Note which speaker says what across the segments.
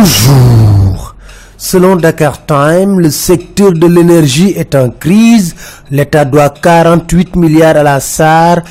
Speaker 1: Bonjour. Selon Dakar Time, le secteur de l'énergie est en crise. L'État doit 48 milliards à la SAR,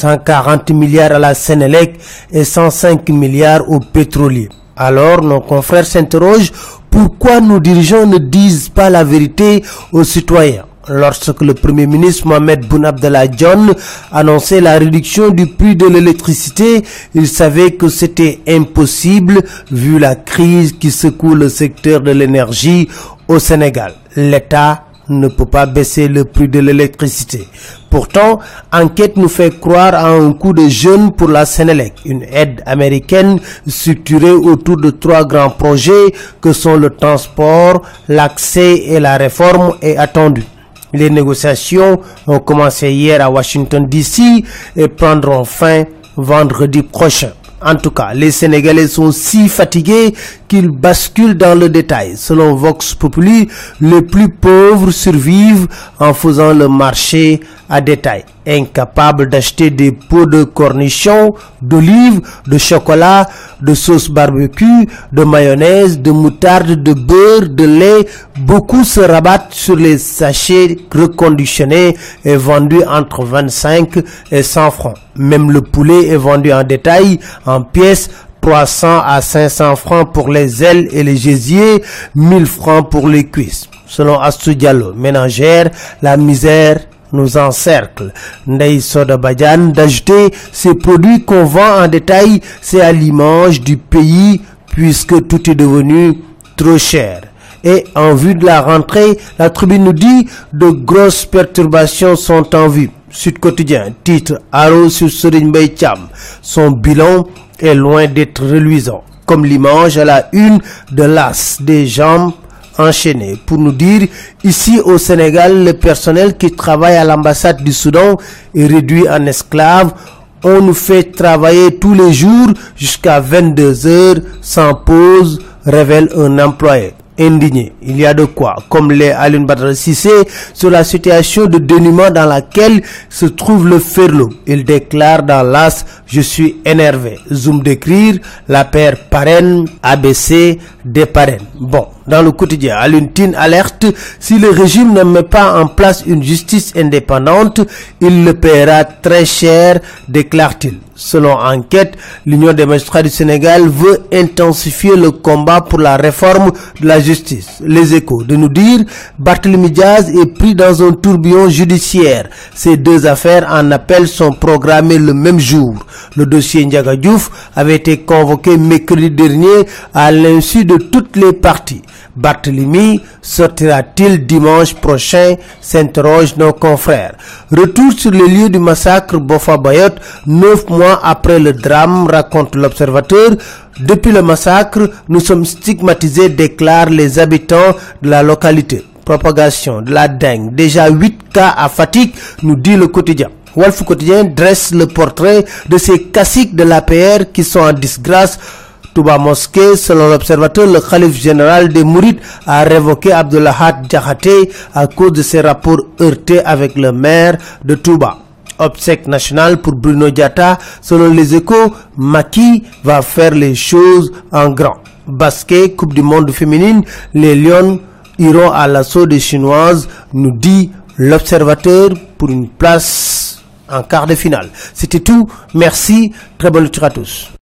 Speaker 1: 140 milliards à la Sénélec et 105 milliards aux pétroliers. Alors, nos confrères s'interrogent pourquoi nos dirigeants ne disent pas la vérité aux citoyens. Lorsque le Premier ministre Mohamed Boun Abdallah Dionne annonçait la réduction du prix de l'électricité, il savait que c'était impossible vu la crise qui secoue le secteur de l'énergie au Sénégal. L'État ne peut pas baisser le prix de l'électricité. Pourtant, enquête nous fait croire à un coup de jeûne pour la Sénélec, une aide américaine structurée autour de 3 grands projets que sont le transport, l'accès et la réforme est attendue. Les négociations ont commencé hier à Washington DC et prendront fin vendredi prochain. En tout cas, les Sénégalais sont si fatigués qu'ils basculent dans le détail. Selon Vox Populi, les plus pauvres survivent en faisant le marché à détail. Incapables d'acheter des pots de cornichons, d'olives, de chocolat, de sauce barbecue, de mayonnaise, de moutarde, de beurre, de lait, beaucoup se rabattent sur les sachets reconditionnés et vendus entre 25 et 100 francs. Même le poulet est vendu en détail, en pièces, 300 à 500 francs pour les ailes et les gésiers, 1000 francs pour les cuisses. Selon Astou Diallo, ménagère, la misère nous encercle. Ndeye Soda Badiane d'ajouter ces produits qu'on vend en détail, c'est à l'image du pays puisque tout est devenu trop cher. Et en vue de la rentrée, la Tribune nous dit de grosses perturbations sont en vue. Sud Quotidien titre Haro sur Serigne Mbaye Thiam. Son bilan est loin d'être reluisant. Comme l'image à la une de l'As, des jambes enchaînées. Pour nous dire, ici au Sénégal, le personnel qui travaille à l'ambassade du Soudan est réduit en esclaves. On nous fait travailler tous les jours jusqu'à 22 heures sans pause, révèle un employé. Indigné, il y a de quoi, comme l'est Alioune Badara Cissé, sur la situation de dénuement dans laquelle se trouve le Ferlo. Il déclare dans l'As, je suis énervé. Zoom d'écrire, la paire parraine, ABC, des parraines. Bon, dans le quotidien, Alioune Tine alerte, si le régime ne met pas en place une justice indépendante, il le paiera très cher, déclare-t-il. Selon enquête, l'Union des magistrats du Sénégal veut intensifier le combat pour la réforme de la justice. Les Échos de nous dire, Barthélémy Diaz est pris dans un tourbillon judiciaire. Ces deux affaires en appel sont programmées le même jour. Le dossier Ndiaga Diouf avait été convoqué mercredi dernier à l'insu de toutes les parties. Barthélémy sortira-t-il dimanche prochain, s'interrogent nos confrères. Retour sur les lieux du massacre Boffa Bayotte, 9 mois après le drame, raconte l'Observateur. Depuis le massacre, nous sommes stigmatisés, déclarent les habitants de la localité. Propagation de la dengue, déjà 8 cas à Fatick, nous dit le quotidien. Walf Quotidien dresse le portrait de ces caciques de l'APR qui sont en disgrâce. Touba Mosquée, selon l'Observateur, le khalife général des Mourides a révoqué Abdoulahat Diakhaté à cause de ses rapports heurtés avec le maire de Touba. Obsèque nationale pour Bruno Diatta, selon les Échos, Macky va faire les choses en grand. Basket, Coupe du monde féminine, les Lions iront à l'assaut des Chinoises, nous dit l'Observateur, pour une place en quart de finale. C'était tout, merci, très bonne lecture à tous.